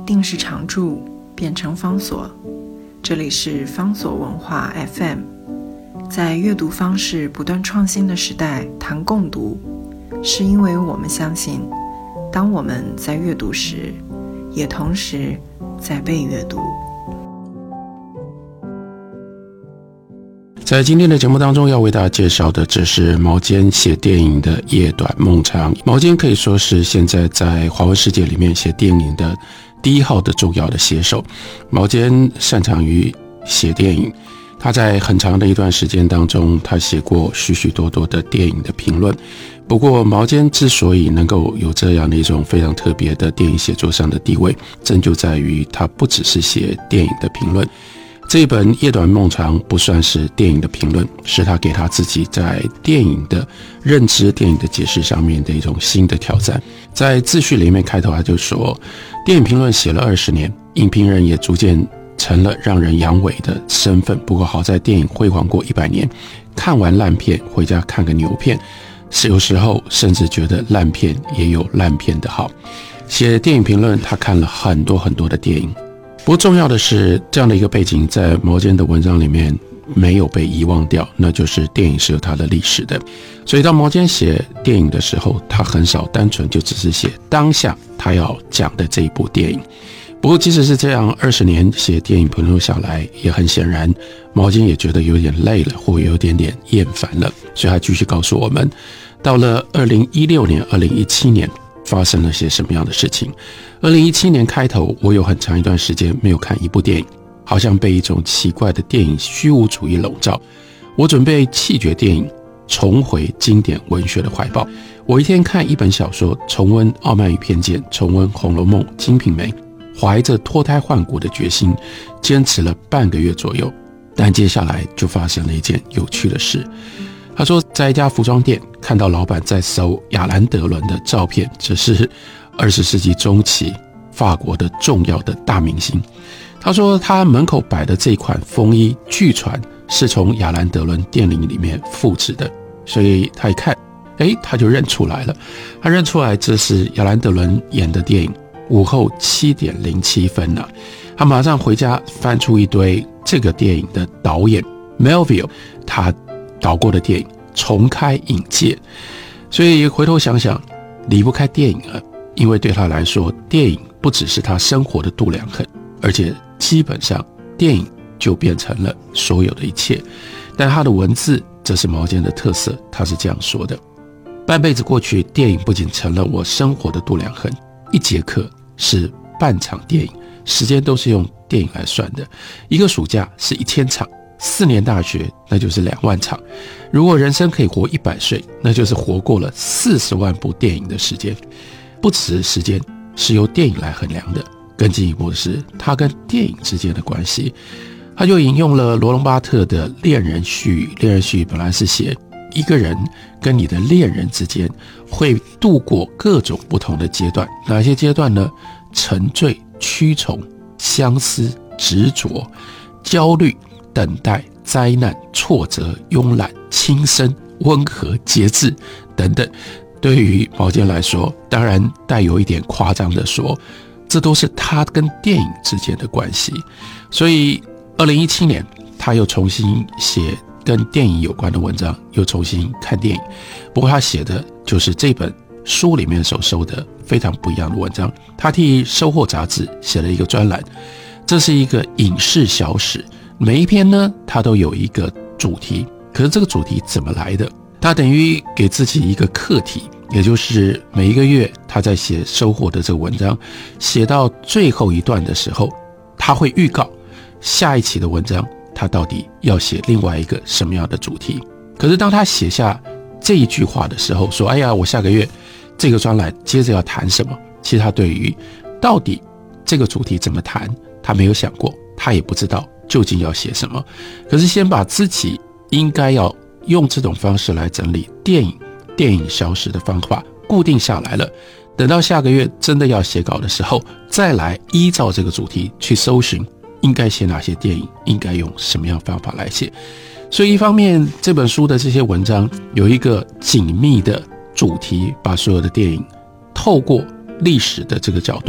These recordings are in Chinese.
定时常驻变成方所。这里是方所文化 FM， 在阅读方式不断创新的时代谈共读，是因为我们相信，当我们在阅读时，也同时在被阅读。 在今天的节目当中，要为大家介绍的，这是毛尖写电影的夜短梦长。毛尖可以说是现在在华文世界里面写电影的第一号的重要的写手。毛尖擅长于写电影，他在很长的一段时间当中，他写过许许多多的电影的评论。不过毛尖之所以能够有这样的一种非常特别的电影写作上的地位，正就在于他不只是写电影的评论。这一本《夜短梦长》不算是电影的评论，是他给他自己在电影的认知、电影的解释上面的一种新的挑战。在自序里面开头他就说，电影评论写了20年，影评人也逐渐成了让人阳痿的身份。不过好在电影辉煌过100年，看完烂片回家看个牛片，有时候甚至觉得烂片也有烂片的好。写电影评论，他看了很多很多的电影。不过重要的是，这样的一个背景在毛尖的文章里面没有被遗忘掉，那就是电影是有它的历史的。所以当毛尖写电影的时候，他很少单纯就只是写当下他要讲的这一部电影。不过即使是这样，20年写电影评论下来，也很显然毛尖也觉得有点累了，或有点厌烦了，所以他继续告诉我们，到了2016年、2017年发生了些什么样的事情。2017年开头，我有很长一段时间没有看一部电影，好像被一种奇怪的电影虚无主义笼罩。我准备弃绝电影，重回经典文学的怀抱。我一天看一本小说，重温《傲慢与偏见》，重温《红楼梦》《金瓶梅》，怀着脱胎换骨的决心，坚持了半个月左右。但接下来就发生了一件有趣的事。他说，在一家服装店看到老板在搜亚兰德伦的照片，这是20世纪中期法国的重要的大明星。他说他门口摆的这款风衣，据传是从亚兰德伦电影里面复制的，所以他一看，他就认出来了。他认出来这是亚兰德伦演的电影，午后7点07分了。他马上回家翻出一堆这个电影的导演 Melville 他导过的电影，重开影界。所以回头想想，离不开电影了，因为对他来说，电影不只是他生活的度量衡，而且基本上电影就变成了所有的一切。但他的文字，这是毛尖的特色，他是这样说的：半辈子过去，电影不仅成了我生活的度量衡，一节课是半场电影，时间都是用电影来算的。一个暑假是1000场，4年大学那就是2万场。如果人生可以活100岁，那就是活过了40万部电影的时间。不只是时间是由电影来衡量的，更进一步的是它跟电影之间的关系。他就引用了罗隆巴特的恋人絮语。恋人絮语本来是写一个人跟你的恋人之间会度过各种不同的阶段。哪些阶段呢？沉醉、屈从、相思、执着、焦虑、等待、灾难、挫折、慵懒、轻生、温和、节制等等。对于毛尖来说，当然带有一点夸张的说，这都是他跟电影之间的关系。所以2017年他又重新写跟电影有关的文章，又重新看电影。不过他写的就是这本书里面所收的非常不一样的文章。他替收获杂志写了一个专栏，这是一个影视小史，每一篇呢他都有一个主题。可是这个主题怎么来的？他等于给自己一个课题，也就是每一个月他在写收获的这个文章，写到最后一段的时候，他会预告下一期的文章他到底要写另外一个什么样的主题。可是当他写下这一句话的时候，说我下个月这个专栏接着要谈什么，其实他对于到底这个主题怎么谈他没有想过，他也不知道究竟要写什么。可是先把自己应该要用这种方式来整理电影小史的方法固定下来了，等到下个月真的要写稿的时候，再来依照这个主题去搜寻应该写哪些电影，应该用什么样方法来写。所以一方面这本书的这些文章有一个紧密的主题，把所有的电影透过历史的这个角度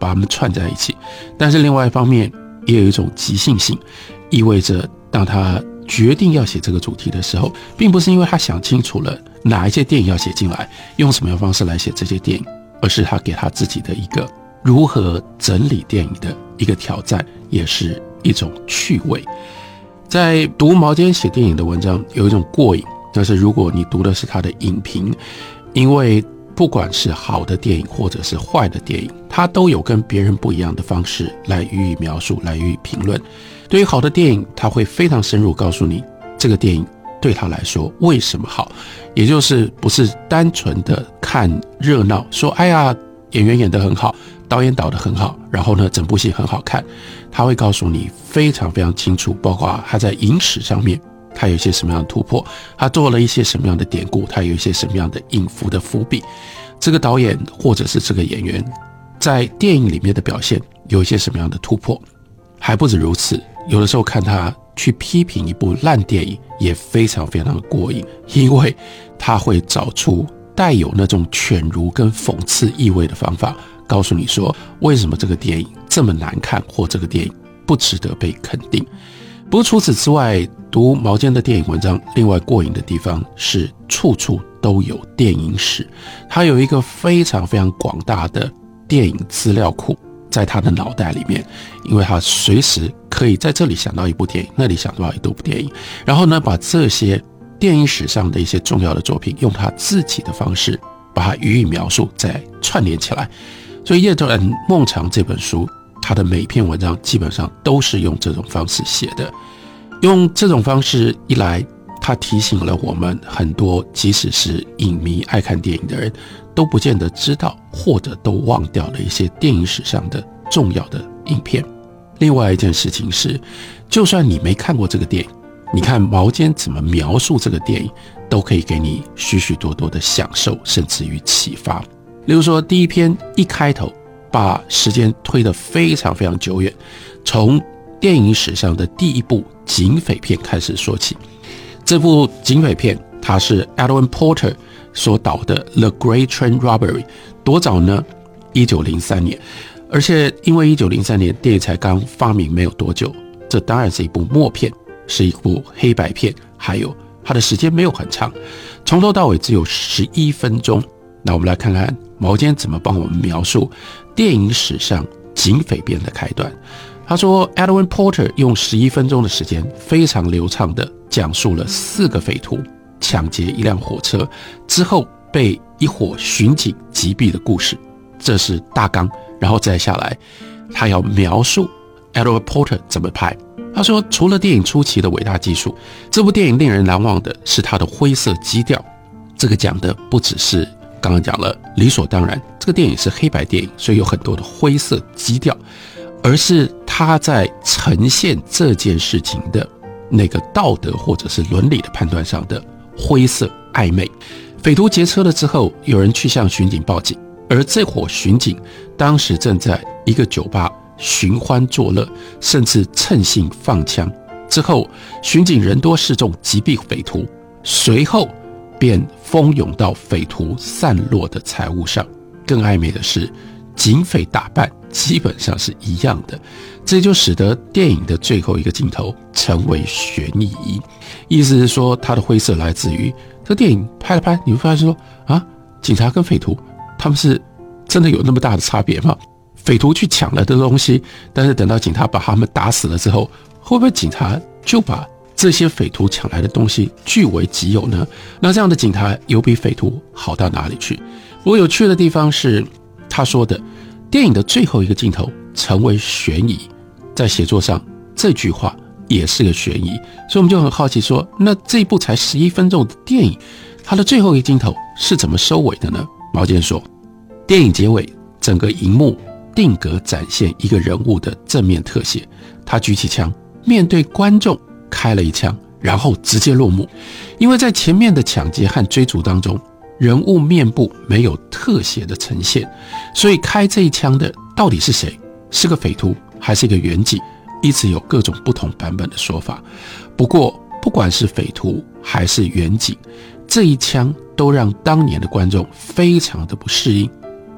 把它们串在一起。但是另外一方面也有一种即兴性，意味着当他决定要写这个主题的时候，并不是因为他想清楚了哪一些电影要写进来，用什么样的方式来写这些电影，而是他给他自己的一个如何整理电影的一个挑战，也是一种趣味。在读毛尖写电影的文章有一种过瘾，就是如果你读的是他的影评，因为不管是好的电影或者是坏的电影，他都有跟别人不一样的方式来予以描述，来予以评论。对于好的电影，他会非常深入告诉你这个电影对他来说为什么好，也就是不是单纯的看热闹，说哎呀演员演得很好，导演导得很好，然后呢整部戏很好看。他会告诉你非常非常清楚，包括他在影史上面他有一些什么样的突破，他做了一些什么样的典故，他有一些什么样的隐伏的伏笔，这个导演或者是这个演员在电影里面的表现有一些什么样的突破。还不止如此，有的时候看他去批评一部烂电影也非常非常的过瘾，因为他会找出带有那种犬儒跟讽刺意味的方法，告诉你说为什么这个电影这么难看，或这个电影不值得被肯定。不过除此之外，读毛尖的电影文章另外过瘾的地方是处处都有电影史，他有一个非常非常广大的电影资料库在他的脑袋里面，因为他随时可以在这里想到一部电影，那里想到一部电影，然后呢把这些电影史上的一些重要的作品用他自己的方式把它予以描述，再串联起来。所以《夜短梦长》这本书，他的每一篇文章基本上都是用这种方式写的。用这种方式一来，他提醒了我们很多即使是影迷爱看电影的人都不见得知道或者都忘掉了一些电影史上的重要的影片。另外一件事情是，就算你没看过这个电影，你看毛尖怎么描述这个电影都可以给你许许多多的享受，甚至于启发。例如说第一篇一开头把时间推得非常非常久远，从电影史上的第一部警匪片开始说起。这部警匪片它是 Edwin Porter 所导的 The Great Train Robbery， 多早呢？1903年。而且因为1903年电影才刚发明没有多久，这当然是一部默片，是一部黑白片，还有它的时间没有很长，从头到尾只有11分钟。那我们来看看毛尖怎么帮我们描述电影史上警匪片的开端。他说 Edwin Porter 用11分钟的时间非常流畅地讲述了4个匪徒抢劫一辆火车之后被一伙巡警击毙的故事，这是大纲。然后再下来他要描述 Edwin Porter 怎么拍。他说除了电影初期的伟大技术，这部电影令人难忘的是它的灰色基调。这个讲的不只是刚刚讲了理所当然这个电影是黑白电影，所以有很多的灰色基调，而是他在呈现这件事情的那个道德或者是伦理的判断上的灰色暧昧。匪徒劫车了之后，有人去向巡警报警，而这伙巡警当时正在一个酒吧寻欢作乐，甚至趁兴放枪。之后巡警人多势众击毙匪徒，随后便蜂拥到匪徒散落的财物上。更暧昧的是，警匪打扮基本上是一样的，这就使得电影的最后一个镜头成为悬疑。意思是说，它的灰色来自于这电影拍了拍，你会发现说啊，警察跟匪徒他们是真的有那么大的差别吗？匪徒去抢了的东西，但是等到警察把他们打死了之后，会不会警察就把这些匪徒抢来的东西据为己有呢？那这样的警察有比匪徒好到哪里去？不过有趣的地方是，他说的电影的最后一个镜头成为悬疑，在写作上这句话也是个悬疑。所以我们就很好奇说，那这一部才11分钟的电影，它的最后一个镜头是怎么收尾的呢？毛尖说，电影结尾整个荧幕定格展现一个人物的正面特写，他举起枪面对观众开了一枪，然后直接落幕。因为在前面的抢劫和追逐当中，人物面部没有特写的呈现，所以开这一枪的到底是谁？是个匪徒还是一个远警？一直有各种不同版本的说法。不过不管是匪徒还是远警，这一枪都让当年的观众非常的不适应。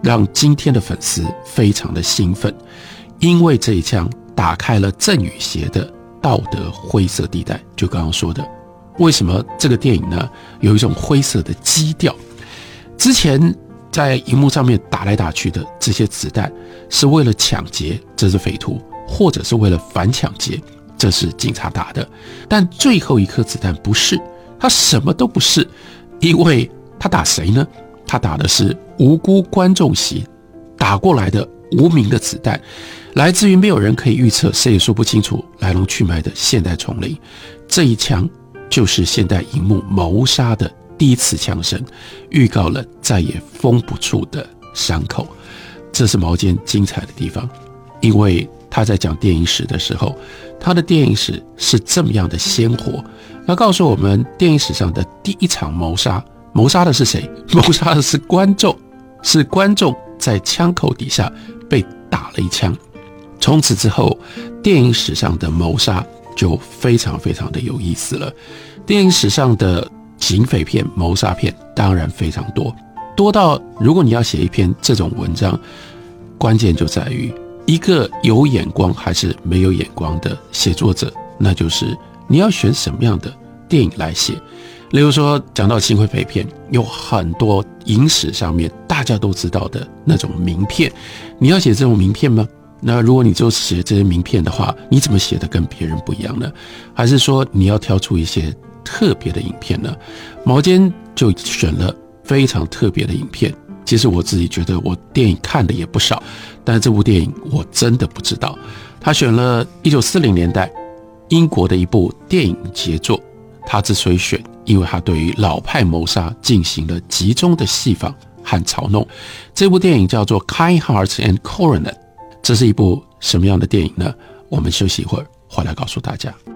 让今天的粉丝非常的兴奋，因为这一枪打开了郑宇协的道德灰色地带。就刚刚说的，为什么这个电影呢有一种灰色的基调？之前在荧幕上面打来打去的这些子弹是为了抢劫，这是匪徒，或者是为了反抢劫，这是警察打的。但最后一颗子弹不是，他什么都不是，因为他打谁呢？他打的是无辜观众席打过来的无名的子弹，来自于没有人可以预测，谁也说不清楚来龙去脉的现代丛林。这一枪就是现代荧幕谋杀的第一次枪声，预告了再也封不住的伤口。这是毛尖精彩的地方，因为他在讲电影史的时候，他的电影史是这么样的鲜活。他告诉我们，电影史上的第一场谋杀，谋杀的是谁？谋杀的是观众，是观众在枪口底下被打了一枪。从此之后，电影史上的谋杀就非常非常的有意思了。电影史上的警匪片、谋杀片当然非常多，多到如果你要写一篇这种文章，关键就在于一个有眼光还是没有眼光的写作者，那就是你要选什么样的电影来写。例如说，讲到警匪片，有很多影史上面大家都知道的那种名片，你要写这种名片吗？那如果你就写这些名片的话，你怎么写的跟别人不一样呢？还是说你要挑出一些特别的影片呢？毛尖就选了非常特别的影片。其实我自己觉得我电影看的也不少，但是这部电影我真的不知道。他选了1940年代英国的一部电影杰作，他之所以选，因为他对于老派谋杀进行了集中的戏仿和嘲弄。这部电影叫做 Kind Hearts and Coronet。 这是一部什么样的电影呢？我们休息一会儿，回来告诉大家。